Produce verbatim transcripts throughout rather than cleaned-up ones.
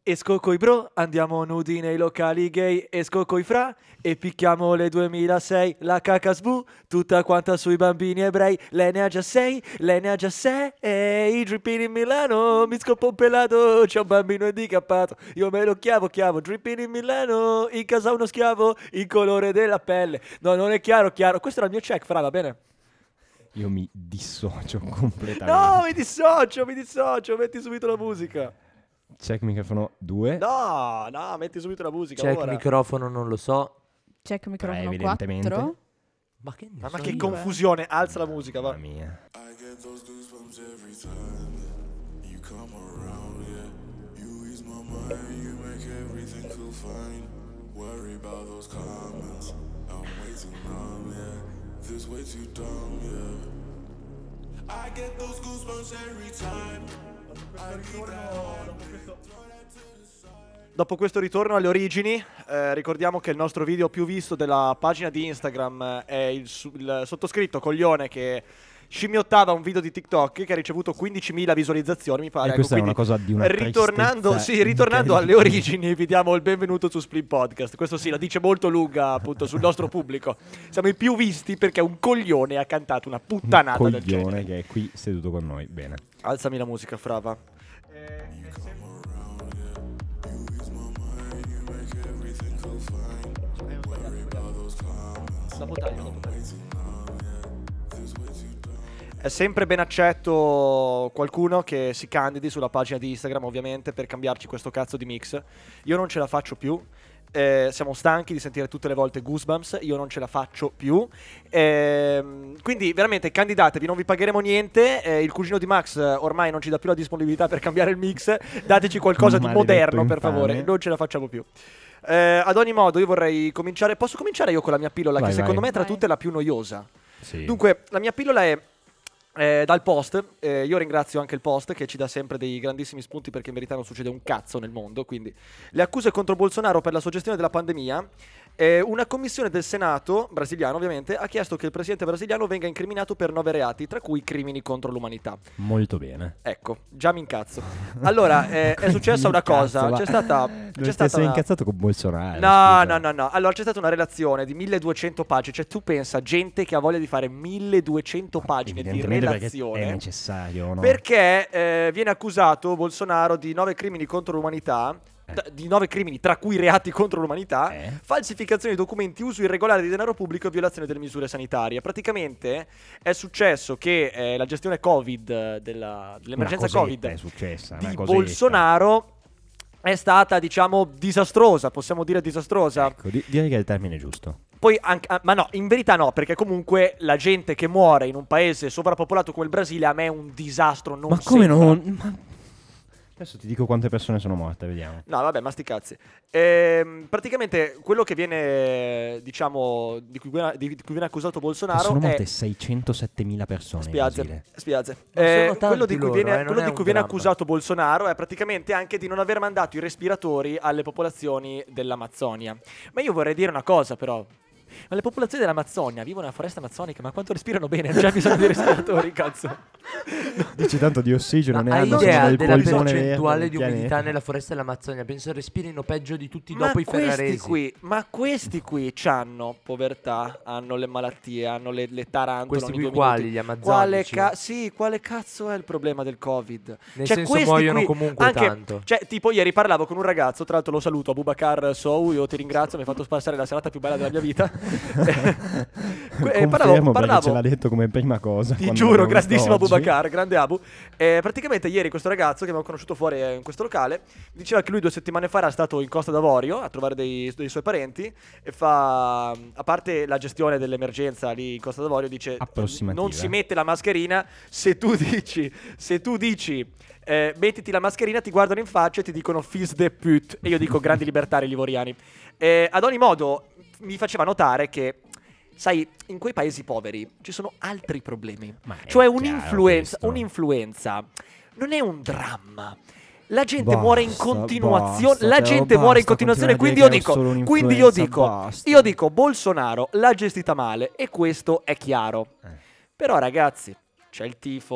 Esco coi bro, andiamo nudi nei locali gay, esco coi fra e picchiamo le duemilasei, la cacasbu, tutta quanta sui bambini ebrei, lei ne ha già sei, lei ne ha già sei, i drippini in Milano, mi scopo un pelato, c'è un bambino handicappato, io me lo chiavo, chiavo, drippini in Milano, in casa uno schiavo, il colore della pelle, no non è chiaro, chiaro, questo era il mio check, fra, va bene? Io mi dissocio completamente. No, mi dissocio, mi dissocio, metti subito la musica. Check microfono due. No, no, metti subito la musica. Check ora. microfono, non lo so. Check microfono Tre, evidentemente. quattro. Ma che, ne Mamma so che io, confusione, alza la musica, va. Mamma mia. I get those goosebumps every time you come around, yeah. You ease my mind, you make everything feel fine. Worry about those comments, I'm way too numb, yeah. This way too dumb, yeah. I get those goosebumps every time. I need that. Dopo questo ritorno alle origini, eh, ricordiamo che il nostro video più visto della pagina di Instagram è il, su- il sottoscritto coglione che scimmiottava un video di TikTok che ha ricevuto quindicimila visualizzazioni, mi pare. E questa Ecco, è una quindi, cosa di una ritornando, tristezza sì, ritornando alle incredibile. origini, vi diamo il benvenuto su Split Podcast. Questo sì, la dice molto lunga appunto sul nostro pubblico. Siamo i più visti perché un coglione ha cantato una puttanata Un del genere. coglione che è qui seduto con noi. Bene. Alzami la musica, frava. È sempre ben accetto qualcuno che si candidi sulla pagina di Instagram, ovviamente, per cambiarci questo cazzo di mix. Io non ce la faccio più. Eh, siamo stanchi di sentire tutte le volte Goosebumps. Io non ce la faccio più. Ehm, quindi, veramente, candidatevi, non vi pagheremo niente. Eh, il cugino di Max eh, ormai non ci dà più la disponibilità per cambiare il mix. Dateci qualcosa di Maledetto moderno, per infame. favore. Non ce la facciamo più. Eh, ad ogni modo, io vorrei cominciare. Posso cominciare io con la mia pillola, Vai, che secondo vai. me tra Vai. tutte è la più noiosa. Sì. Dunque, la mia pillola è eh, dal Post. Eh, io ringrazio anche il Post che ci dà sempre dei grandissimi spunti, perché in verità non succede un cazzo nel mondo. Quindi, le accuse contro Bolsonaro per la sua gestione della pandemia. Eh, una commissione del Senato, brasiliano ovviamente, ha chiesto che il presidente brasiliano venga incriminato per nove reati, tra cui crimini contro l'umanità. Molto bene. Ecco, già mi incazzo. Allora, eh, è successa una cosa. Incazzo, C'è ma- stata... Dove C'è stai stata sei una... incazzato con Bolsonaro? No, scusa. no, no, no. Allora c'è stata una relazione di milleduecento pagine. Cioè, tu pensa, gente che ha voglia di fare milleduecento pagine di Evidentemente perché relazione. è necessario, no? Perché eh, viene accusato Bolsonaro di nove crimini contro l'umanità. Eh. t- Di nove crimini, tra cui reati contro l'umanità, Eh. falsificazione di documenti, uso irregolare di denaro pubblico e violazione delle misure sanitarie. Praticamente è successo che eh, la gestione Covid, eh, della, dell'emergenza Una cosetta Covid è successa, una di cosetta. Bolsonaro è stata, diciamo, disastrosa, possiamo dire disastrosa. Ecco, di- direi che è il termine giusto. Poi anche, ah, ma no, in verità no, perché comunque la gente che muore in un paese sovrappopolato come il Brasile a me è un disastro, non Ma come sembra. non... Ma... Adesso ti dico quante persone sono morte, vediamo. No, vabbè, ma sti cazzi. Ehm, praticamente quello che viene, diciamo, di cui viene, di cui viene accusato Bolsonaro sono morte è... seicentosettemila persone in Spiazze, Brasile. spiazze. Ma Eh, sono tanti quello di cui loro, viene, eh, non quello è di un cui viene dramma. accusato Bolsonaro è praticamente anche di non aver mandato i respiratori alle popolazioni dell'Amazzonia. Ma io vorrei dire una cosa, però. Ma le popolazioni dell'Amazzonia vivono nella foresta amazzonica, ma quanto respirano bene? Non c'è bisogno di respiratori, cazzo. Dici tanto di ossigeno ne Ma hai hanno, sono idea del della polmone verde percentuale del di umidità pianeta. nella foresta dell'Amazzonia? Penso respirino peggio di tutti Ma dopo i questi ferraresi. qui, ma questi qui c'hanno povertà, hanno le malattie, hanno le, le tarantole. Questi ogni qui due quali? minuti. Gli amazzonici? Quale ca- sì, quale cazzo è il problema del Covid? Nel Cioè, senso questi muoiono qui, comunque anche, tanto. Cioè, tipo ieri parlavo con un ragazzo, tra l'altro lo saluto, Abubakar Sou, io ti ringrazio, mi hai fatto passare la serata più bella della mia vita. Eh, Confermo parlavo, perché parlavo, ce l'ha detto come prima cosa. ti quando giuro, l'abbiamo visto grandissimo oggi. Abubakar, grande Abu. Eh, praticamente ieri questo ragazzo che abbiamo conosciuto fuori eh, in questo locale diceva che lui due settimane fa era stato in Costa d'Avorio a trovare dei, dei suoi parenti e fa, a parte la gestione dell'emergenza lì in Costa d'Avorio, dice Approssimativa. non si mette la mascherina, se tu dici, se tu dici eh, mettiti la mascherina, ti guardano in faccia e ti dicono fils de pute, e io dico grandi libertari livoriani. Eh, ad ogni modo mi faceva notare che, sai, in quei paesi poveri ci sono altri problemi. Ma è Cioè chiaro un'influenza, questo. un'influenza non è un dramma. La gente Basta, muore in continuazione. basta, La Teo, gente basta muore in continuazione. continuare a Quindi io dire che è dico, solo quindi io un'influenza, dico, basta. io dico, Bolsonaro l'ha gestita male e questo è chiaro. Eh. Però ragazzi, c'è il tifo,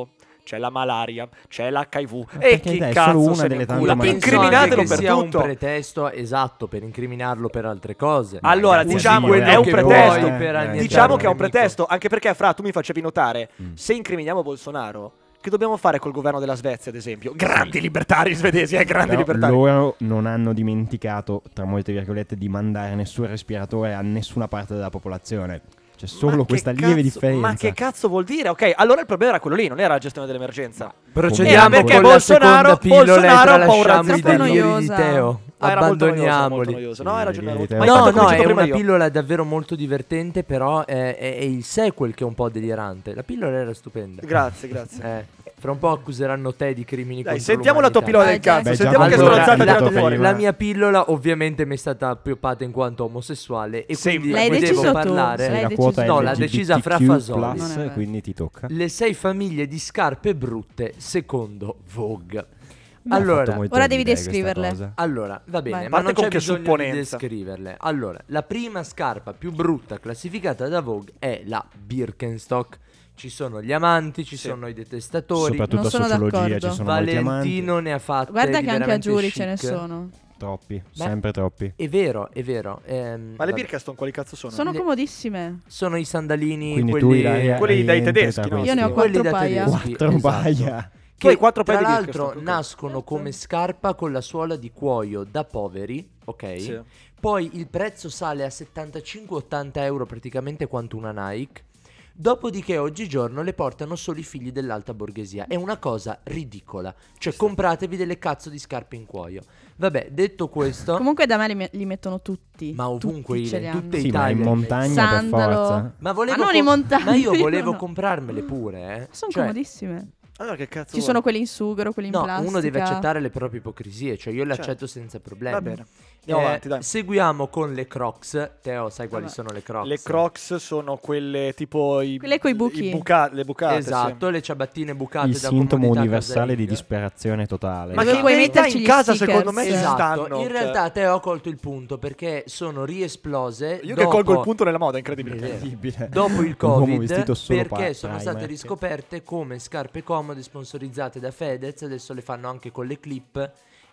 c'è la malaria, c'è l'H I V. Ma E perché chi dai, è cazzo solo una se ne delle tante incula? malattie. Incriminatelo che per sia tutto. un pretesto esatto per incriminarlo per altre cose. Allora, Ragazzi, diciamo, quello è un che pretesto. vuoi per annientare Diciamo un che è un nemico. pretesto, anche perché Fra, tu mi facevi notare, Mm. se incriminiamo Bolsonaro, che dobbiamo fare col governo della Svezia, ad esempio? Grandi libertari svedesi, eh, grandi Però libertari. loro non hanno dimenticato, tra molte virgolette, di mandare nessun respiratore a nessuna parte della popolazione. C'è solo Ma che questa cazzo- lieve differenza. Ma che cazzo vuol dire? Ok, allora il problema era quello lì, non era la gestione dell'emergenza. Procediamo Era perché con la Bolsonaro- seconda pillola Bolsonaro e è un po' un tralasciamo i razzista. deliri di Noiosa. Teo. Ah, era molto noioso, molto Abbandoniamoli. noioso. No, Sì, hai ragione. direi hai te. ragione. No, Ma infatti ho no, cominciato è prima una io. pillola davvero molto divertente, però è, è- è il sequel che è un po' delirante. La pillola era stupenda. Grazie, grazie. Eh, fra un po' accuseranno te di crimini Dai, contro sentiamo la tua l'umanità. pillola del Dai, cazzo. Jack. Beh, Sentiamo già che quello Allora, stronzata l'ha ti ha la, tirato fuori. prima. la mia pillola ovviamente mi è stata appioppata in quanto omosessuale e Sì. quindi L'hai volevo deciso tu, parlare. l'hai Sei la deciso quota tu. No, l'ha decisa Fra L G B T Q Fasoli. Non è plus, vero. quindi ti tocca. Le sei famiglie di scarpe brutte secondo Vogue. Mi ha fatto Allora, molto ora devi ridere questa descriverle. cosa. allora, va bene, Vai. ma Parte non con c'è che bisogno di supponenza. descriverle. Allora, la prima scarpa più brutta classificata da Vogue è la Birkenstock. Ci sono gli amanti, ci Sì. sono i detestatori. Soprattutto Non a sono sociologia d'accordo. ci sono molti amanti. Valentino ne ha fatte Guarda di che anche a veramente Giuri chic. ce ne sono. Troppi, Beh, sempre troppi. È vero, è vero. ehm, Ma le vabbè. Birkenstock quali cazzo sono? Sono Le- comodissime. Sono i sandalini, Quindi tu quelli, Ilaria, quelli dai rientri tedeschi, tra no? questi. Io ne ho quelli quattro da paia. tedeschi, Quattro esatto. paia. Tu hai Che quattro paia tra di l'altro Birkenstock, ok. nascono come scarpa con la suola di cuoio da poveri, ok? Sì. Poi il prezzo sale a settantacinque ottanta euro, praticamente quanto una Nike. Dopodiché oggigiorno le portano solo i figli dell'alta borghesia. È una cosa ridicola. Cioè compratevi delle cazzo di scarpe in cuoio. Vabbè, detto questo, Comunque da me li, me- li mettono tutti. ma ovunque tutti ce in li hanno. tutte Sì, ma in Italia. montagna per Sandalo. forza. Ma volevo Ma non com- in montagna, Ma io io volevo no. comprarmele pure, eh. Sono Cioè, comodissime. Allora che cazzo Ci vuoi? sono quelli in sughero, quelli in no, plastica. uno deve accettare le proprie ipocrisie, cioè io le Certo. accetto senza problemi. Va bene. Andiamo Eh, avanti, dai. Seguiamo con le Crocs. Teo, sai quali Vabbè. sono le Crocs? Le Crocs sono quelle tipo i, Quelle coi buchi. i buca- le bucate. Esatto, le ciabattine bucate Il da sintomo comodità universale di casalinga. disperazione totale. Ma Dove che puoi in verità metterci in gli casa stickers. secondo me ci Esatto, stanno. in cioè. realtà Teo ho colto il punto perché sono riesplose. Io dopo... che colgo il punto nella moda, incredibile. È vero. Incredibile. Dopo il Un uomo Covid, vestito solo perché pa- sono primer. state riscoperte come scarpe comode sponsorizzate da Fedez. Adesso le fanno anche con le clip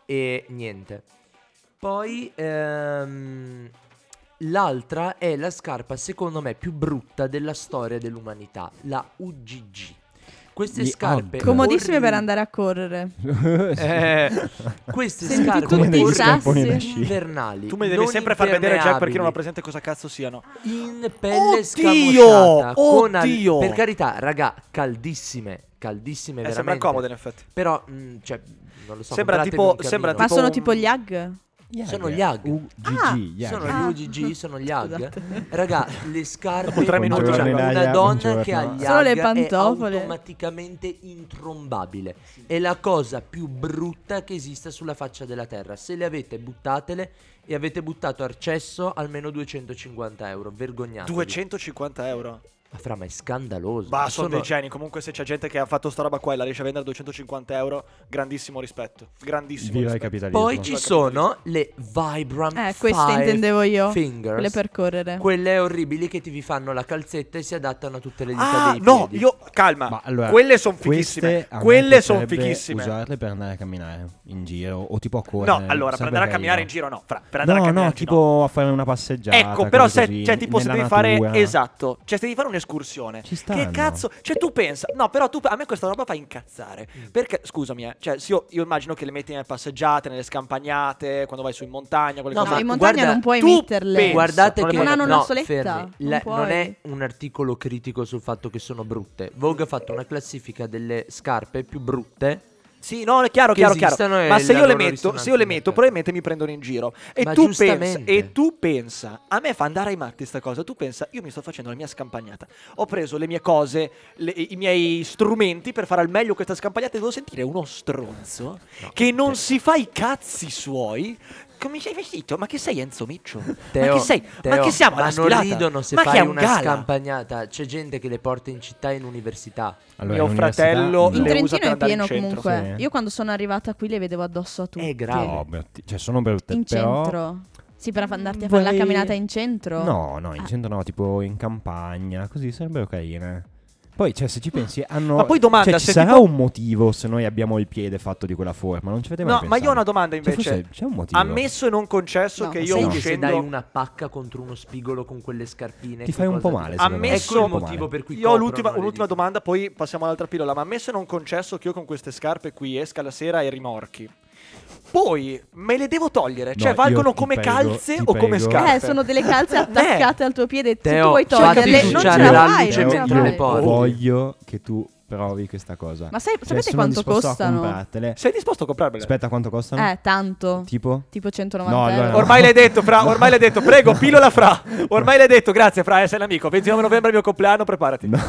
e niente. Poi ehm, l'altra è la scarpa secondo me più brutta della storia dell'umanità, la U G G. Queste Gli scarpe Ugg. Comodissime per orribili- andare a correre. Eh, queste Senti scarpe tutti dei i scarponi da sassi. sci. invernali. Tu mi devi non sempre far vedere Jack perché non ho impermeabili, presente cosa cazzo siano. in pelle Oddio! scamosciata con al- Oddio! per carità, raga, caldissime, caldissime Eh, veramente. sembra comodo in effetti. Però mh, cioè non lo so, Sembra compratevi tipo- un camino. sembra Ma tipo sono un- tipo gli Ag? Sono gli Ag. U G G, Ah, gli Ag. Sono Ah. gli U G G, sono gli Ag. Scusate. Raga, le scarpe. Dopo tre minuti allora, già. una Ilaria, donna buongiorno. che ha gli Solo le Ag è pantofole. automaticamente intrombabile. È la cosa più brutta che esista sulla faccia della terra. Se le avete, buttatele. E avete buttato accesso almeno duecentocinquanta euro. Vergognatevi. duecentocinquanta euro. Ma fra, ma è scandaloso. Bah, sono Sono- dei geni. Comunque, se c'è gente che ha fatto sta roba qua e la riesce a vendere a duecentocinquanta euro, grandissimo rispetto. Grandissimo Viva il rispetto. capitalismo. Poi ci sono le Vibram Eh, queste Five intendevo io. Fingers. Quelle per correre. Quelle orribili che ti vi fanno la calzetta e si adattano a tutte le dita Ah, dei no, piedi. io calma. Ma allora, quelle sono queste fighissime. a me Quelle sono piacerebbe fighissime. usarle per andare a camminare in giro o tipo a correre. No, allora, per sarebbe andare a camminare in carino. giro, no. Fra, per andare No, a camminare no, in giro, tipo a fare una passeggiata. Ecco, però cose se, così, cioè, tipo se nella devi fare natura. esatto, cioè se devi fare un'escursione. Ci Che stanno. cazzo? Cioè tu pensa, no, però tu a me questa roba fa incazzare. Mm. Perché scusami, eh, cioè se io, io immagino che le metti nelle passeggiate, nelle scampagnate, quando vai su in montagna, quelle No, cose No, ma in montagna guarda, non puoi tu metterle. pensa- Guardate non le che puoi non hanno mettere. una no, soletta, fermi. non La- puoi. non è un articolo critico sul fatto che sono brutte. Vogue ha fatto una classifica delle scarpe più brutte. Sì, no, è chiaro, che chiaro, chiaro. esistano e Ma se la io le loro metto, se io risonanza le nel metto, mercato. probabilmente mi prendono in giro. E Ma tu pensa, giustamente. e tu pensa, a me fa andare ai matti sta cosa. Tu pensa, io mi sto facendo la mia scampagnata. Ho preso le mie cose, le- i miei strumenti per fare al meglio questa scampagnata e devo sentire uno stronzo che non si fa i cazzi suoi. Come sei vestito? Ma che sei Enzo Miccio? Teo, ma che sei? ma Teo, che siamo ma alla non sfilata? ridono se ma fai che è un una gala? scampagnata. C'è gente che le porta in città e in università. Allora, Mio all'università- fratello In le usa per Trentino è andare in pieno centro. comunque. Sì. Io quando sono arrivata qui le vedevo addosso a tutti. È grave. No, brutti- cioè sono brutte, In però... centro. Sì, per andarti a fare la Vorrei- camminata in centro. No, no, in Ah. centro no, tipo in campagna, così sarebbero carine. Poi, cioè, se ci pensi, hanno. Ma poi domanda, cioè, ci se sarà tipo- un motivo se noi abbiamo il piede fatto di quella forma? Non ci avete mai No, pensato? ma io ho una domanda Cioè, invece. forse c'è un motivo. Ammesso e non concesso No, che ma io sai Sai che che se uscendo dai una pacca contro uno spigolo con quelle scarpine Ti che fai un cosa po' ti- male, secondo me. Ammesso- Ecco il Un po' motivo male. per cui Io ho coprono l'ultima, le un'ultima dita. domanda, poi passiamo all'altra pillola. Ma ammesso e non concesso che io con queste scarpe qui esca la sera ai rimorchi, poi me le devo togliere? No, Cioè, io valgono ti come prego, calze ti o come prego. scarpe? Eh, sono delle calze attaccate al tuo piede. Se Teo, tu vuoi fatti toglierle, non ce ciucciare la la fai. luce non ce la mentre le fai. porti. Voglio che tu provi questa cosa. Ma sai- Cioè, sapete sono quanto disposto a costano? comprartele. Sei disposto a comprarmele? Aspetta, quanto costano? Eh, tanto. Tipo? Tipo centonovanta No, allora euro. no. Ormai l'hai detto, Fra, ormai l'hai detto. Prego, pillola Fra. Ormai l'hai detto, grazie Fra, eh, sei l'amico. ventinove novembre è il mio compleanno, preparati. No.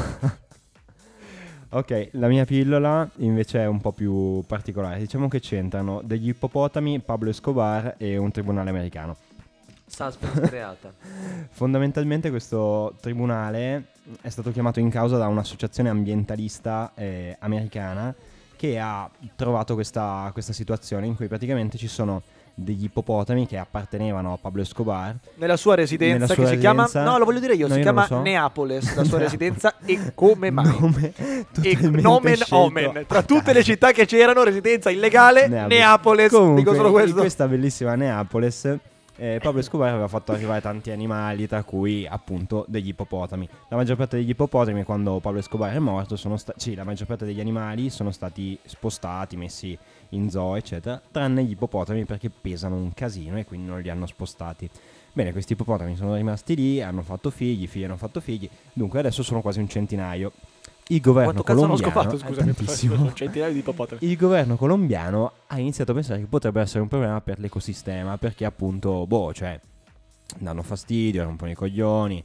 Ok, la mia pillola invece è un po' più particolare. Diciamo che c'entrano degli ippopotami, Pablo Escobar e un tribunale americano. Suspense creata. Fondamentalmente questo tribunale è stato chiamato in causa da un'associazione ambientalista eh, americana che ha trovato questa, questa situazione in cui praticamente ci sono degli ippopotami che appartenevano a Pablo Escobar. Nella sua residenza Nella che sua si chiama... residenza- No, lo voglio dire io, No, si io non chiama lo so. Neapolis, la sua residenza. E come mai? Nome E totalmente nomen scelto omen. Tra a tutte le caso. città che c'erano, residenza illegale, Neapolis. Neapolis. Comunque, Dico solo in questo. questa bellissima Neapolis eh, Pablo Escobar aveva fatto arrivare tanti animali, tra cui appunto degli ippopotami. La maggior parte degli ippopotami, quando Pablo Escobar è morto, sono stati... Sì, la maggior parte degli animali sono stati spostati, messi in zoo, eccetera, tranne gli ippopotami perché pesano un casino e quindi non li hanno spostati. Bene, questi ippopotami sono rimasti lì, hanno fatto figli, i figli hanno fatto figli, dunque adesso sono quasi un centinaio. Il governo Quanto cazzo hanno colombiano... scopato, scusami. eh, tantissimo. Sono centinaia di ippopotami. Il governo colombiano ha iniziato a pensare che potrebbe essere un problema per l'ecosistema, perché appunto, boh, cioè, danno fastidio, rompono i coglioni,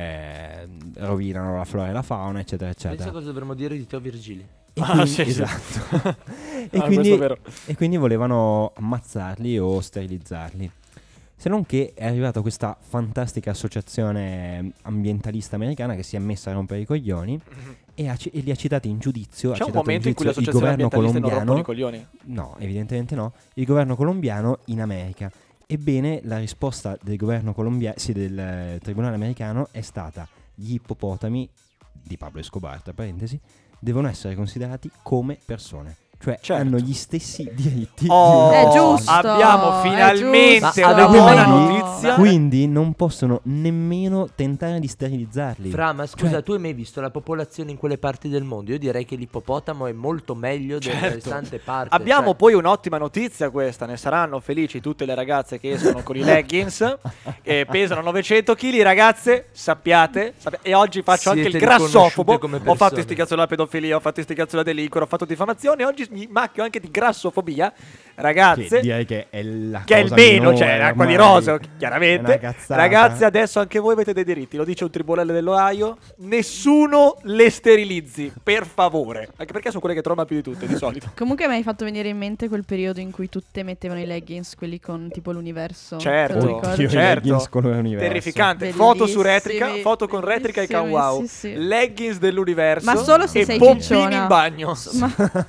eh, rovinano la flora e la fauna, eccetera, Pensa eccetera. cosa dovremmo dire di Teo Virgili. E Ah, quindi, sì, sì. esatto. e, Ah, questo quindi, è vero. e quindi volevano ammazzarli o sterilizzarli. Se non che è arrivata questa fantastica associazione ambientalista americana che si è messa a rompere i coglioni e, ha, e li ha citati in giudizio. ha C'è un citato momento in cui le giudizio il associazioni governo ambientaliste non colombiano. rompono i coglioni. No, evidentemente no. Il governo colombiano in America. Ebbene, la risposta del governo colombiano, sì, del eh, tribunale americano è stata: gli ippopotami di Pablo Escobar, tra parentesi, devono essere considerati come persone. Cioè, Certo. hanno gli stessi diritti Oh, di È una giusto. persona. Abbiamo è finalmente giusto. una Avete buona mai- notizia. Quindi non possono nemmeno tentare di sterilizzarli. Fra, ma scusa, Cioè- tu hai mai visto la popolazione in quelle parti del mondo? Io direi che l'ippopotamo è molto meglio delle Certo. restanti parti. Abbiamo cioè- poi un'ottima notizia questa, ne saranno felici tutte le ragazze che escono con i leggings e pesano novecento chili, ragazze, sappiate, sappia- e oggi faccio anche Siete il grassofobo, riconosciute come ho fatto persone. istigazione alla pedofilia, ho fatto istigazione alla delinquere, ho fatto diffamazione, oggi mi macchio anche di grassofobia, ragazze. Che direi che è la Che è il cosa meno, minore cioè l'acqua di ormai. roseo, È chiaramente. una cazzata. Ragazzi, adesso anche voi avete dei diritti, lo dice un tribunale dell'Ohio. Nessuno le sterilizzi, per favore. Anche perché sono quelle che trovano più di tutte, di solito. Comunque mi hai fatto venire in mente quel periodo in cui tutte mettevano i leggings, quelli con tipo l'universo. Certo, te lo Oddio, ricordi? i certo. leggings con l'universo. Terrificante. Foto su Bellissimi, retrica, foto con retrica e can bellissimi, wow. sì, sì. Leggings dell'universo. Ma solo se e sei pompini cicciona. in bagno. Ma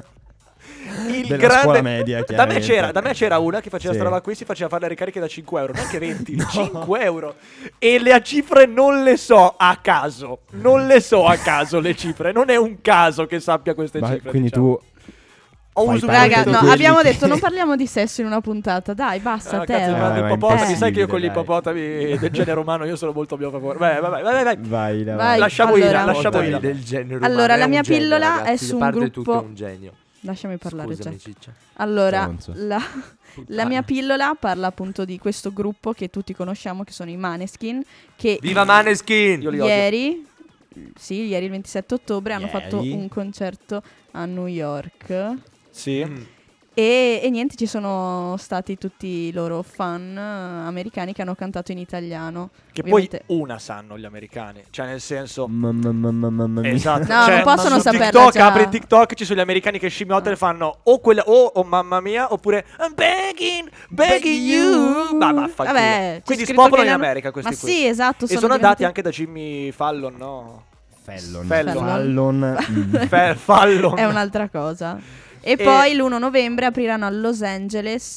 Il Della grande... scuola media, da me, chiaramente. c'era, da me c'era una che faceva Sì. sta roba qui, si faceva fare le ricariche da cinque euro, neanche venti, cinque euro. E le cifre non le so a caso, non le so a caso le cifre, non è un caso che sappia queste Ma cifre. quindi diciamo. tu Ho fai usato parte raga, di no, quelli abbiamo che- detto non parliamo di sesso in una puntata. Dai, basta, Ah, te. cazzo, Eh, ma ma di è ippopotami, sai che io con gli impossibile, dai. ippopotami del genere umano io sono molto a mio favore. Vai, vai, vai, vai, vai. vai, vai. Vai. Lasciamo allora. Ila, lasciamo Ippopotami Ila. del genere Allora, umano, la è mia un genio, pillola è ragazzi, su un da parte gruppo- tutto è un genio. Lasciami parlare, Scusami, cioè. ciccia. Allora, Stronzo. la, la mia pillola parla appunto di questo gruppo che tutti conosciamo, che sono i Maneskin, che Viva Maneskin! Io li odio. ieri, sì, ieri il ventisette ottobre hanno Ieri. fatto un concerto a New York. Sì. Mm. E, e niente, ci sono stati tutti i loro fan eh, americani che hanno cantato in italiano. Che Ovviamente- poi una sanno gli americani, cioè nel senso... Mamma mamma mamma mia. Esatto. No, Cioè, non possono su saperla TikTok, già. apri TikTok, ci sono gli americani che scimmiottano e fanno o quella o oh, mamma mia oppure I'm begging, begging you. Ma vaffanculo. Vabbè, c'è Quindi scritto spopolano che in l'hanno- America questi Ma qui. sì, esatto. E sono sono andati diventati- anche da Jimmy Fallon, no? Fallon. Fallon. Fallon. Mm. Fe- Fallon. È un'altra cosa. E E- poi l'primo novembre apriranno a Los Angeles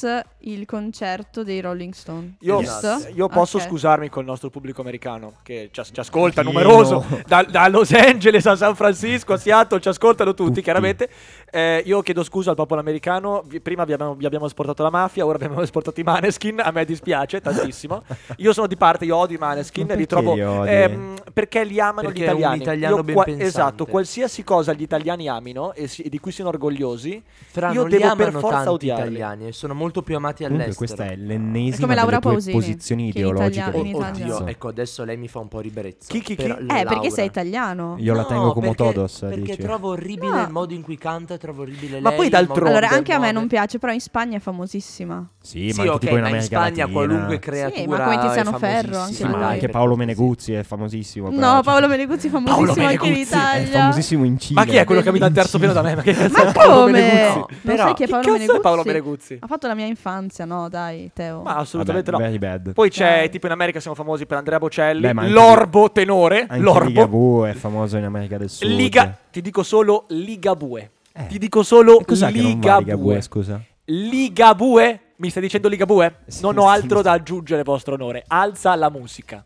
il concerto dei Rolling Stone. Io, giusto? io posso Ok. scusarmi col nostro pubblico americano che ci, ci ascolta Pieno. numeroso da, da Los Angeles a San Francisco a Seattle, ci ascoltano tutti, Tutti. chiaramente. Eh, io chiedo scusa al popolo americano. Vi- Prima vi abbiamo, vi abbiamo esportato la mafia, ora abbiamo esportato i Maneskin. A me dispiace tantissimo. Io sono di parte, io odio i Maneskin. Ma Li perché trovo li odi? ehm, perché li amano Perché gli è un italiani. italiano Io ben qua- pensante. esatto, qualsiasi cosa gli italiani amino e, si- e di cui siano orgogliosi, Fra, io non li devo amano per forza tanti odiarli. italiani, e sono molto più amati Comunque all'estero. questa è l'ennesima È come Laura delle tue Pausini, posizioni che in ideologiche. Italia- in del Italia- cazzo. Oddio, ecco, adesso lei mi fa un po' ribrezzo. Chi, chi, chi? Però Eh, Laura- perché sei italiano. Io la No, tengo come perché- Todos, Perché dici. trovo orribile No. il modo in cui canta, trovo orribile Ma lei. poi il modo d'altronde- in Allora, cui anche a me muove. non piace, però in Spagna è famosissima. Sì, Sì, ma anche ok, tipo in ma in America Spagna Latina. qualunque creatura Sì, ma come Tiziano è Ferro, famosissima, anche Sì, lui. ma dai, anche per Paolo cortesia. Meneguzzi è famosissimo. però, No, cioè, Paolo Meneguzzi famosissimo anche in Meneguzzi è Italia. famosissimo in Cile. Ma chi è quello che abita al terzo piano da me? Ma che cazzo Ma è Paolo come? Meneguzzi? Non Però- sai chi è Chi Paolo cazzo è Meneguzzi? Paolo Meneguzzi? Ha fatto la mia infanzia, no, dai, Teo. Ma assolutamente Vabbè, no. very bad. Poi c'è, Dai. tipo in America siamo famosi per Andrea Bocelli, Beh, ma anche l'orbo tenore, Anche l'orbo. Ligabue è famoso in America del Sud. Liga, ti dico solo Ligabue. Eh. Ti dico solo E cos'è che non va Ligabue. Ligabue, scusa? Ligabue? Mi stai dicendo Ligabue? Sì, Non sì, ho altro sì. da aggiungere, vostro onore. Alza la musica.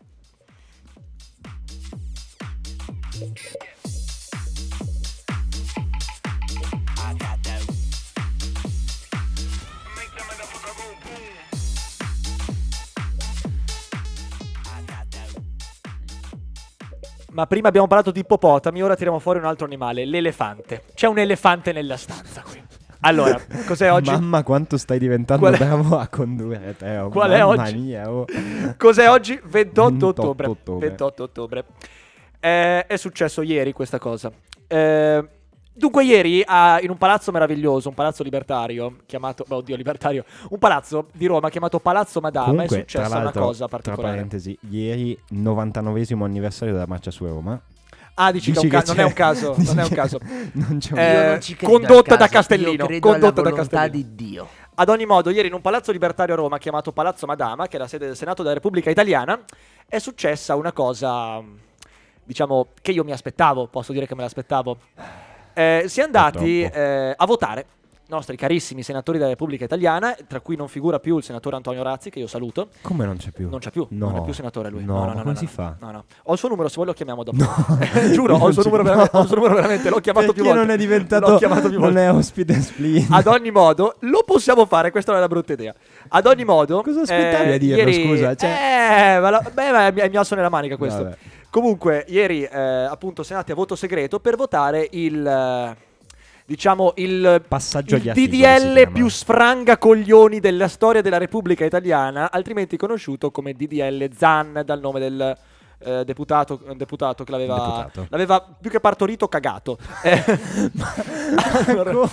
Ma prima abbiamo parlato di ippopotami, ora tiriamo fuori un altro animale, l'elefante. C'è un elefante nella stanza qui. Allora, cos'è oggi? Mamma quanto stai diventando Qual è- bravo a condurre, Teo. Qual è Mamma oggi? mia, oh. Cos'è oggi? ventotto ventotto ottobre. ottobre. ventotto ottobre. Eh, è successo ieri questa cosa. Eh, dunque ieri a- in un palazzo meraviglioso, un palazzo libertario, chiamato, beh, oddio libertario, un palazzo di Roma chiamato Palazzo Madama, Comunque, è successa tra una l'altro, cosa tra particolare. parentesi, ieri novantanovesimo anniversario della marcia su Roma. Ah, dici, che, è un Dici ca- che non c'è- è un caso, non è un dici caso. che non c'è un Eh, Io non ci credo al condotta da caso, Castellino, io credo condotta alla da volontà Castellino. di Dio. Ad ogni modo, ieri in un palazzo libertario a Roma chiamato Palazzo Madama, che è la sede del Senato della Repubblica Italiana, è successa una cosa, diciamo, che io mi aspettavo, posso dire che me l'aspettavo. Eh, si è andati Purtroppo. eh, a votare, nostri carissimi senatori della Repubblica Italiana, tra cui non figura più il senatore Antonio Razzi, che io saluto. Come non c'è più? Non c'è più, No. non è più senatore lui. No, No, no, ma no, come no, si no. fa? No, no. Ho il suo numero, se vuoi lo chiamiamo dopo. No. Giuro, ho il, Non suo ci numero credo. veramente, ho il suo numero veramente, l'ho chiamato più Perché volte. non è diventato L'ho chiamato più non volte. è ospite spleen. Ad ogni modo, lo possiamo fare, questa non è una brutta idea. Ad ogni modo, Cosa aspettavi a dirlo, ieri- scusa? Cioè- Eh, ma la- beh, ma è mi- è mi asso nella manica questo. Vabbè. Comunque, ieri, eh, appunto, siamo andati a voto segreto per votare il, eh, diciamo, il Passaggio agli il articoli D D si L chiama. più sfrangacoglioni della storia della Repubblica Italiana, altrimenti conosciuto come D D L Zan, dal nome del eh, deputato, deputato che l'aveva, Deputato. l'aveva più che partorito cagato. Eh, allora-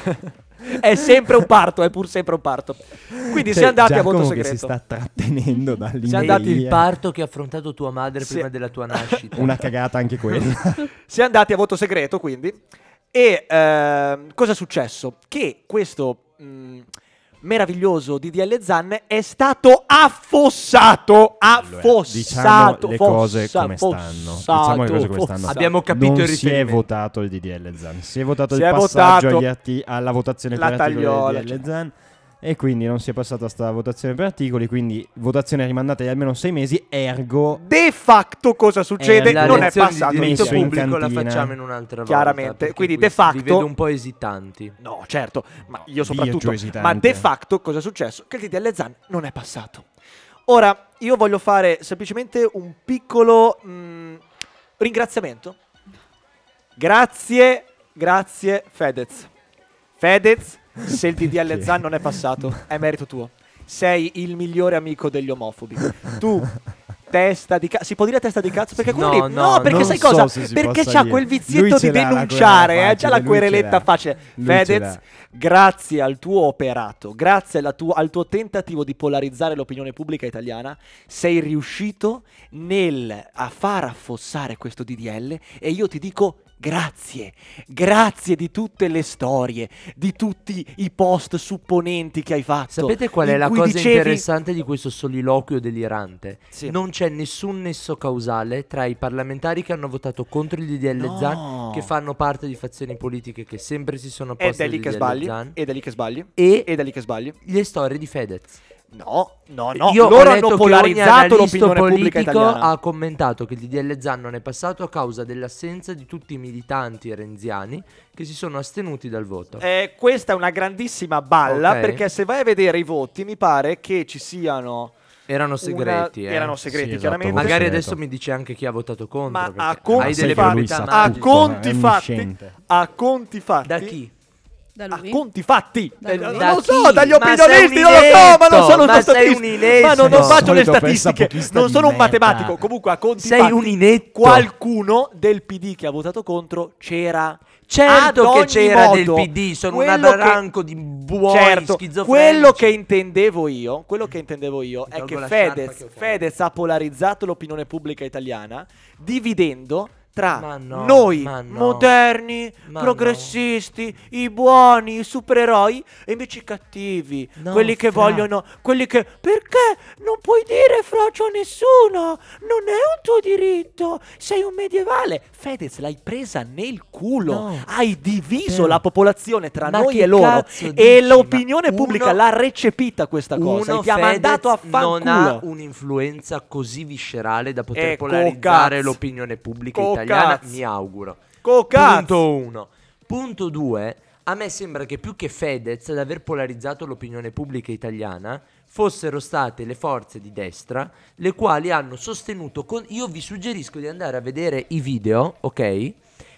è sempre un parto, è pur sempre un parto. Quindi si è Cioè, andati a Giacomo voto che segreto. si sta trattenendo dall'inizio. Si è andati Il parto che ha affrontato tua madre Sì. prima della tua nascita. Una cagata anche quella. Si è andati a voto segreto, quindi. E ehm, cosa è successo? Che questo mh, meraviglioso D D L Zan è stato affossato. Affossato. Diciamo le cose fossa- come stanno. fossato, Diciamo le cose come stanno. fossato. Abbiamo capito non il si è riferimento. votato il D D L Zan, si è votato Si il è passaggio votato agli arti- alla votazione la per articoli tagliola, del D D L cioè. Zan e quindi non si è passata sta votazione per articoli, quindi votazione rimandata di almeno sei mesi, ergo De facto cosa succede? Eh, La non è lezione passato. di diritto messo in pubblico la cantina. facciamo in un'altra volta. Chiaramente, perché quindi qui de facto- vi vedo un po' esitanti. No, certo, ma io Dio, soprattutto. giù esitante. Ma de facto cosa è successo? Che il D D L Zan non è passato. Ora, io voglio fare semplicemente un piccolo mh, ringraziamento. Grazie, grazie Fedez. Fedez, se il D D L Perché? Zan non è passato, è merito tuo. Sei il migliore amico degli omofobi. Tu, testa di cazzo. Si può dire testa di cazzo? Perché quello No, lì. no, perché non sai so cosa? se si Perché possa c'ha dire. quel Lui vizietto ce di l'ha la denunciare, querela eh, c'ha la facile, lui ce quereletta l'ha. facile. Lui ce Fedez, l'ha. grazie al tuo operato, grazie alla tua- al tuo tentativo di polarizzare l'opinione pubblica italiana, sei riuscito nel a far affossare questo D D L e io ti dico Grazie, grazie di tutte le storie, di tutti i post supponenti che hai fatto. Sapete qual è in la cui cosa dicevi- interessante di questo soliloquio delirante? Sì. Non c'è nessun nesso causale tra i parlamentari che hanno votato contro il D D L No. Zan, che fanno parte di fazioni politiche che sempre si sono Ed opposte è al lì che D D L sbagli, Zan, ed è lì che sbagli, e ed è lì che sbagli. le storie di Fedez. No, no, no, Io loro ho letto hanno che ogni polarizzato analisto l'opinione pubblica politico italiana. ha commentato che il D D L Zan non è passato a causa dell'assenza di tutti i militanti renziani che si sono astenuti dal voto. Eh, questa è una grandissima balla, Ok. perché se vai a vedere i voti mi pare che ci siano Erano segreti, una- eh. erano segreti Sì, esatto, chiaramente. voto Magari segreto. adesso mi dice anche chi ha votato contro. Ma perché a conti hai delle fatti- priorità lui sa a magiche. tutto, conti è fatti, onnisciente. a conti fatti, Da chi? Da a lui? conti fatti, Da Eh, lui? non Da lo so, chi? dagli Ma sei opinionisti, un non lo so, ma non sono inetto, uno ma sei statista, un inetto. ma non, non No. faccio le Solito statistiche, pressapochista non di sono un merda. matematico. Comunque a conti Sei fatti, un inetto. qualcuno del P D che ha votato contro c'era. Certo Ad che ogni c'era modo, del P D, sono un quello che- abaranco di buoni Certo, schizofrenici. quello che intendevo io, quello che intendevo io è Tolgo che la sciarpa Fedez, che ho fatto. Fedez ha polarizzato l'opinione pubblica italiana dividendo tra Ma no, noi ma no. moderni, Ma progressisti, i buoni, i supereroi e invece i cattivi, No, quelli che fra. vogliono, quelli che perché non puoi dire frocio a nessuno, non è un tuo diritto, sei un medievale. Fedez l'hai presa nel culo, No. hai diviso Matteo. la popolazione tra Ma noi che e loro cazzo e dici? l'opinione Ma pubblica uno- l'ha recepita questa cosa Uno e ti ha Fedez mandato a non ha fanculo. un'influenza così viscerale da poter Ecco, polarizzare cazzo. l'opinione pubblica Co italiana, cazzo. mi auguro. Co cazzo. Punto uno. Punto due. A me sembra che più che Fedez ad aver polarizzato l'opinione pubblica italiana fossero state le forze di destra, le quali hanno sostenuto con... Io vi suggerisco di andare a vedere i video, ok?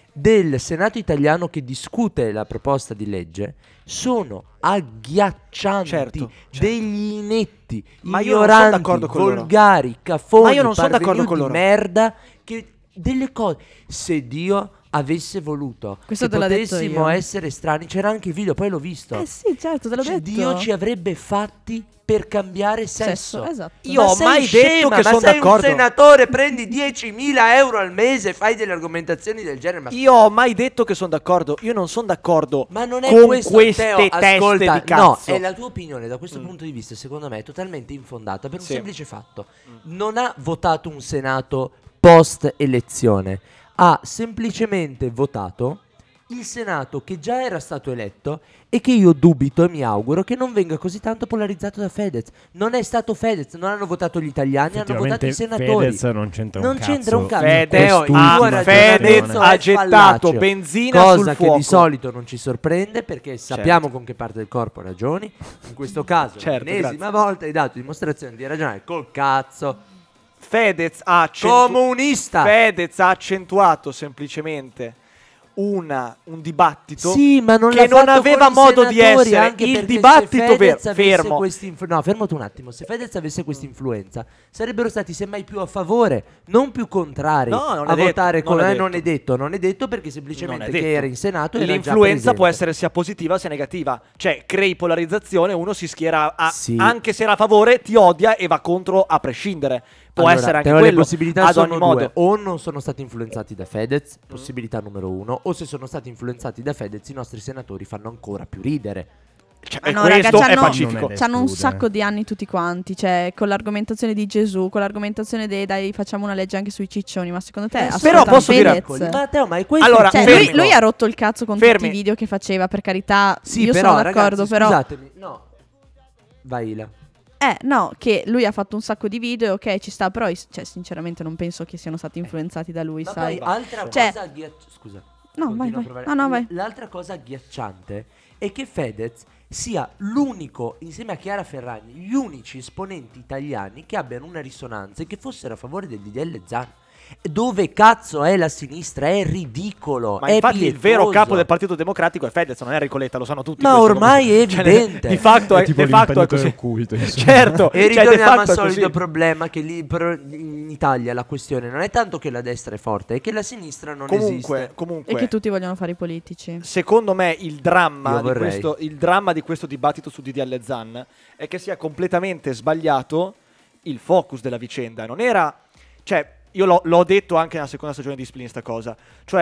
Del Senato italiano che discute la proposta di legge. Sono agghiaccianti, Certo, certo. degli inetti, Ma io non sono ignoranti, d'accordo con loro. volgari, cafoni, Ma io non sono d'accordo parvenuti con loro. di merda, che delle cose... Se Dio avesse voluto Questo che te l'ho detto potessimo io. essere strani, c'era anche il video, poi l'ho visto. Eh sì, certo, te l'ho Cioè, detto. Dio ci avrebbe fatti per cambiare sesso. Sesso, esatto. Io Ma ho sei mai scema, detto che ma sono sei d'accordo. un senatore, prendi diecimila euro al mese e fai delle argomentazioni del genere. Ma, Io ho mai detto che sono d'accordo, io non sono d'accordo ma non è con questo, queste Teo, teste ascolta, di cazzo. no, è la tua opinione da questo punto di vista, secondo me, è totalmente infondata per un Sì. semplice fatto. Non ha votato un Senato post elezione, ha semplicemente votato il Senato che già era stato eletto e che io dubito e mi auguro che non venga così tanto polarizzato da Fedez. Non è stato Fedez, non hanno votato gli italiani, hanno votato i senatori. Fedez non c'entra un Non cazzo. c'entra un cazzo. Fedez, Teo, il ha- tuo Quest'ultima Fedez ragionamento ha è gettato fallace. benzina cosa sul che fuoco. di solito non ci sorprende perché sappiamo Certo. con che parte del corpo ragioni. In questo caso, Certo, l'ennesima volta hai dato dimostrazione di ragionare col cazzo. Fedez ha accentu- Comunista. Fedez ha accentuato semplicemente una, un dibattito Sì, ma non che l'ha non fatto aveva con i modo di senatori, essere. anche Il perché dibattito se Fedez vero, avesse fermo. questa inf- no, fermati un attimo. Se Fedez avesse questa influenza, sarebbero stati semmai più a favore, non più contrari No, non è a detto, votare non con è eh, non detto. è detto, non è detto perché semplicemente Non è che detto. era in Senato era già L'influenza può presente. essere sia positiva sia negativa. Cioè, crei polarizzazione, uno si schiera a- Sì. anche se era a favore, ti odia e va contro a prescindere. Può Allora, essere anche Teo, quello. le possibilità ad sono ogni modo. due: o non sono stati influenzati da Fedez, possibilità numero uno, o se sono stati influenzati da Fedez i nostri senatori fanno ancora più ridere. Cioè, Ah e no, raga, questo è c'hanno- pacifico. Non è- C'hanno un esclude. sacco di anni tutti quanti, cioè con l'argomentazione di Gesù, con l'argomentazione dei dai facciamo una legge anche sui ciccioni, ma secondo te Eh, ascolta però posso dire- Fedez? Ma Teo, ma è questo Allora, il Cioè, punto. lui, fermi. lui ha rotto il cazzo con Fermi. tutti i video che faceva, per carità. Sì, io però, sono d'accordo, ragazzi, però. scusatemi, no. Vai Ila. Eh, no, che lui ha fatto un sacco di video, ok, ci sta, però, cioè, sinceramente non penso che siano stati influenzati da lui, Ma sai. poi altra Cioè- cosa agghiacciante. Scusa. No, continua vai, a vai. provare. No, no, vai. L'altra cosa agghiacciante è che Fedez sia l'unico, insieme a Chiara Ferragni, gli unici esponenti italiani che abbiano una risonanza e che fossero a favore del D D L Zan. Dove cazzo è la sinistra? È ridicolo. Ma è infatti il vero pietoso. capo del Partito Democratico è Fedez, non è Enrico Letta, lo sanno tutti. Ma questo ormai comunque. è Cioè, evidente. Di fatto è, È tipo de fatto è l'impegnatore così. occulto, insomma. Certo. E cioè, de ritorniamo fatto al è solito così. problema che lì però in Italia la questione non è tanto che la destra è forte, è che la sinistra non Comunque, esiste. comunque E che tutti vogliono fare i politici. secondo me il dramma, Io di vorrei. questo, il dramma di questo dibattito su D D L Zan è che sia completamente sbagliato il focus della vicenda. Non era... Cioè, io l'ho, l'ho detto anche nella seconda stagione di Splin sta cosa. Cioè,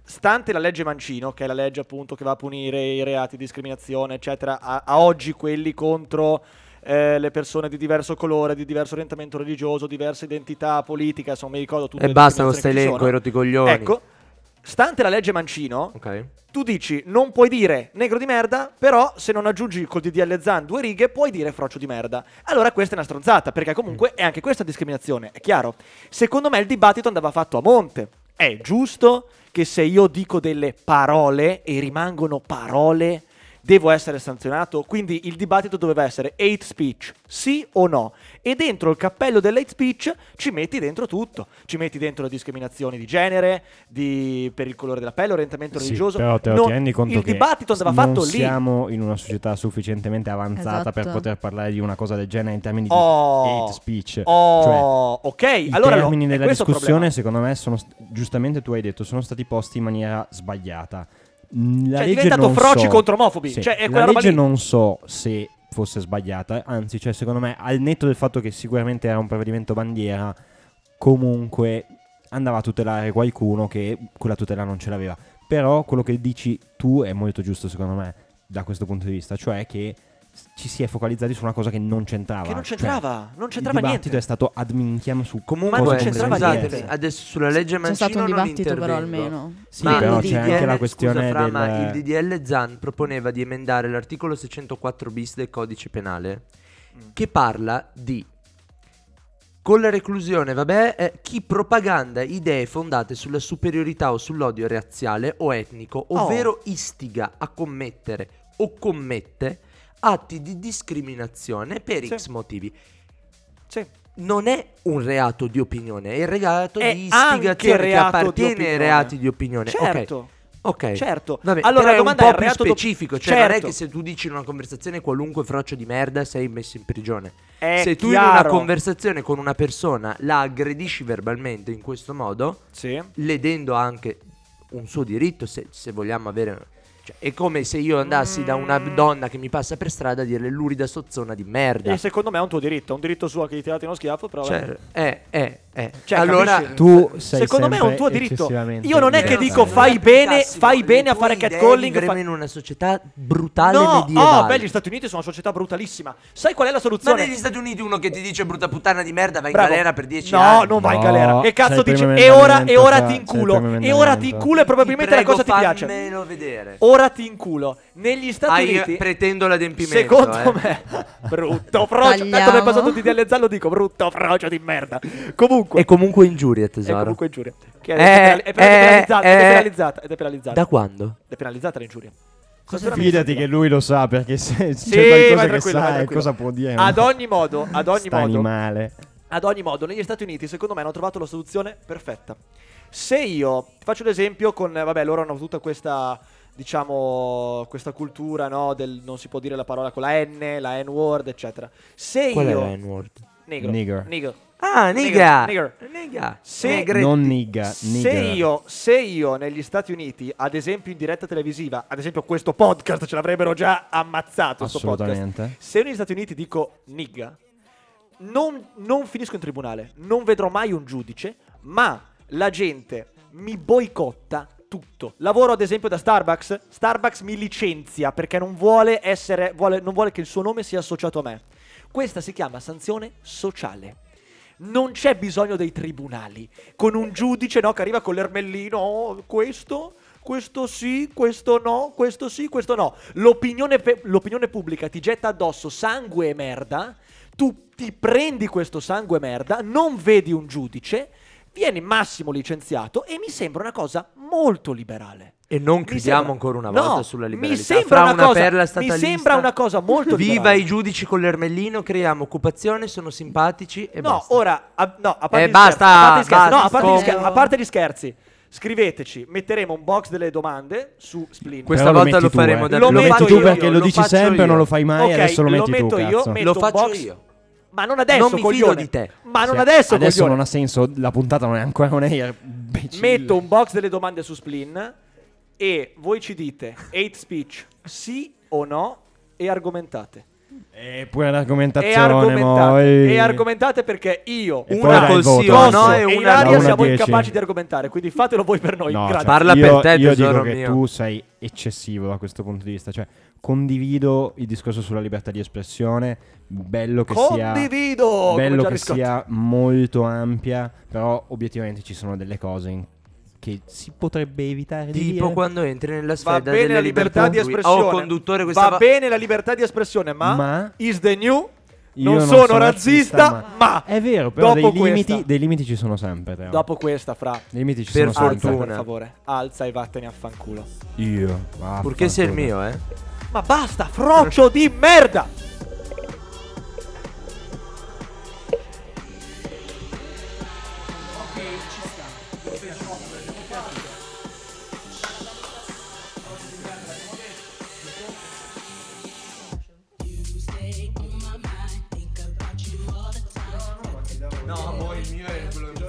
stante la legge Mancino, che è la legge appunto che va a punire i reati di discriminazione, eccetera, a, a oggi quelli contro eh, le persone di diverso colore, di diverso orientamento religioso, diversa identità politica, insomma mi ricordo tutte E le basta con discriminazioni sto che ci elenco, sono. hai rotto i coglioni. Ecco, stante la legge Mancino, Ok. tu dici non puoi dire negro di merda, però se non aggiungi col D D L Zan due righe puoi dire frocio di merda. Allora questa è una stronzata, perché comunque è anche questa discriminazione, è chiaro. Secondo me il dibattito andava fatto a monte. È giusto che se io dico delle parole e rimangono parole devo essere sanzionato? Quindi il dibattito doveva essere hate speech, sì o no? E dentro il cappello dell'hate speech ci metti dentro tutto. Ci metti dentro le discriminazioni di genere, di, per il colore della pelle, orientamento Sì, religioso. però te lo Non- ti rendi conto il che dibattito andava non fatto lì. siamo in una società sufficientemente avanzata per Esatto. poter parlare di una cosa del genere in termini Oh, di hate speech. oh, Cioè, ok. I Allora lo- termini è della questo il discussione, problema. secondo me, sono st- giustamente tu hai detto, sono stati posti in maniera sbagliata. Mm, La Cioè, è legge diventato non froci so- contro omofobi. Sì, Cioè, è la quella roba legge lì. non so se fosse sbagliata, anzi, cioè, secondo me, al netto del fatto che sicuramente era un provvedimento bandiera, comunque andava a tutelare qualcuno che quella tutela non ce l'aveva. Però quello che dici tu è molto giusto, secondo me, da questo punto di vista, cioè che s- ci si è focalizzati su una cosa che non c'entrava. Che non Cioè, c'entrava, non c'entrava il dibattito niente. è stato ad minchiam su Comunque, Ma non cose c'entrava completamente niente. scusatemi, adesso sulla legge C'è Mancino stato un non dibattito però intervengo. almeno. Sì, Ma però il c'è anche D D L la questione scusa, Fra, del- ma il D D L Zan proponeva di emendare l'articolo seicentoquattro bis del codice penale che parla di, con la reclusione, vabbè, eh, chi propaganda idee fondate sulla superiorità o sull'odio razziale o etnico, Oh. ovvero istiga a commettere o commette atti di discriminazione per Sì. X motivi. Sì. Non è un reato di opinione, è il reato È di anche istigazione che reato di appartiene ai opinione. reati di opinione. Ok. Certo. Ok, Certo. Vabbè, Allora, però la è un domanda po' è, più reato do- specifico, cioè non è Certo. che se tu dici in una conversazione qualunque frocio di merda sei messo in prigione. È se tu in una chiaro. conversazione con una persona la aggredisci verbalmente in questo modo, Sì. ledendo anche un suo diritto, se, se vogliamo avere... Cioè, è come se io andassi da una Mm. donna che mi passa per strada a dirle lurida sozzona di merda. E secondo me è un tuo diritto, è un diritto suo che gli tirate uno schiaffo, però Cioè, eh, eh, eh. Cioè, allora... capisci? Tu sei secondo me è un sempre tuo diritto. eccessivamente Io non è che liberale. dico Se fai non bene, applicassimo fai le bene a tue fare idee, catcalling. vivremo fa- in una società brutale No, medievale. oh, beh, gli Stati Uniti sono una società brutalissima. Sai qual è la Ma soluzione? negli Stati Uniti uno che ti dice brutta puttana di merda va in Bravo. galera per dieci no, anni. non vai in No, galera. Che c'è cazzo il dici? primo E ora, e emendamento ora qua, ti c'è il inculo. primo E ora ti emendamento. inculo e probabilmente Ti prego, la cosa ti piace. fammelo vedere. Ora ti inculo. Negli Stati Ah, io Uniti, pretendo l'adempimento. secondo eh. me, brutto frocio. Tanto mi è Tagliamo. passato di D L Z, lo dico, brutto frocio di merda. Comunque, E comunque ingiuria, è tesoro. comunque ingiuria. Che è, Eh, è penalizzata, eh, è penalizzata, ed è eh. penalizzata, ed è penalizzata. Da quando? È penalizzata l'ingiuria. Cosa Fidati che lui lo sa, perché se Sì, c'è vai qualcosa che tranquillo, vai sa, tranquillo. cosa può dire? Ad ogni modo, ad ogni Sta modo, animale. ad ogni modo, negli Stati Uniti, secondo me, hanno trovato la soluzione perfetta. Se io ti faccio l'esempio con, eh, vabbè, loro hanno tutta questa, diciamo, questa cultura, no, del non si può dire la parola con la N, la N-word, eccetera. Se Qual è io la N-word? negro, Nigger. nigger. Ah, niga. Nigger. Niga. Se- Negretti. Non nigga, Se nigger. io, se io negli Stati Uniti, ad esempio in diretta televisiva, ad esempio questo podcast ce l'avrebbero già ammazzato, sto podcast. Assolutamente. Se io negli Stati Uniti dico nigga, non, non finisco in tribunale, non vedrò mai un giudice, ma la gente mi boicotta tutto. Lavoro ad esempio da Starbucks, Starbucks mi licenzia perché non vuole essere, vuole, non vuole che il suo nome sia associato a me. Questa si chiama sanzione sociale. Non c'è bisogno dei tribunali, con un giudice, no, che arriva con l'ermellino, oh, questo, questo sì, questo no, questo sì, questo no. L'opinione, pe- l'opinione pubblica ti getta addosso sangue e merda, tu ti prendi questo sangue e merda, non vedi un giudice, vieni massimo licenziato e mi sembra una cosa molto liberale. E non Mi chiudiamo sembra- ancora una volta No, sulla mi liberalità. sembra Fra una una cosa- perla mi statalista. sembra una cosa molto Viva liberale. i giudici con l'ermellino, creiamo occupazione, sono simpatici e No, basta. ora, a, no, a parte Eh, gli basta, scherzi, a parte gli scherzi, basta, no, a parte gli scopo. scherzi, a parte gli scherzi, scriveteci, metteremo un box delle domande su Splin. Questa Però lo volta lo, metti tu, faremo eh. da Lo Lo metto metti tu io, perché io, lo dici faccio sempre, io. non lo fai mai, Ok, adesso lo lo metti tu, metto io, cazzo. metto Lo un faccio box- io. Ma non adesso, Non mi fido coglione. di te. Ma non Sì, adesso, adesso coglione. non ha senso, la puntata non è ancora un air. imbecille. Metto un box delle domande su Splin e voi ci dite hate speech sì o no e argomentate. E pure E l'argomentazione, argomentate, moi. e argomentate perché io, E poi Una dai col il voto, sì o dai. no e e una Ilaria da uno a siamo dieci. incapaci di argomentare, quindi fatelo voi per noi. No, Grazie. cioè, Parla io, per te, io tesoro dico che mio. tu sei eccessivo da questo punto di vista. Cioè, condivido il discorso sulla libertà di espressione. Bello che sia. Condivido, come Bello Gianni che Scott. sia molto ampia. Però, obiettivamente, ci sono delle cose in- che si potrebbe evitare di Tipo dire. quando entri nella Va sfera bene delle la libertà di libertà. espressione. Oh, conduttore, questa va va- bene la libertà di espressione, ma, Ma- is the new. Io Non sono razzista, razzista, ma È vero, però dopo dei limiti, questa- dei limiti ci sono sempre. Teo. dopo questa, fra, Dei limiti ci Per sono alza sempre. fortuna. per favore, alza e vattene a fanculo. Io. Ah, Purché sia il fanculo. mio, eh. Ma basta, frocio di merda! No, il mio è quello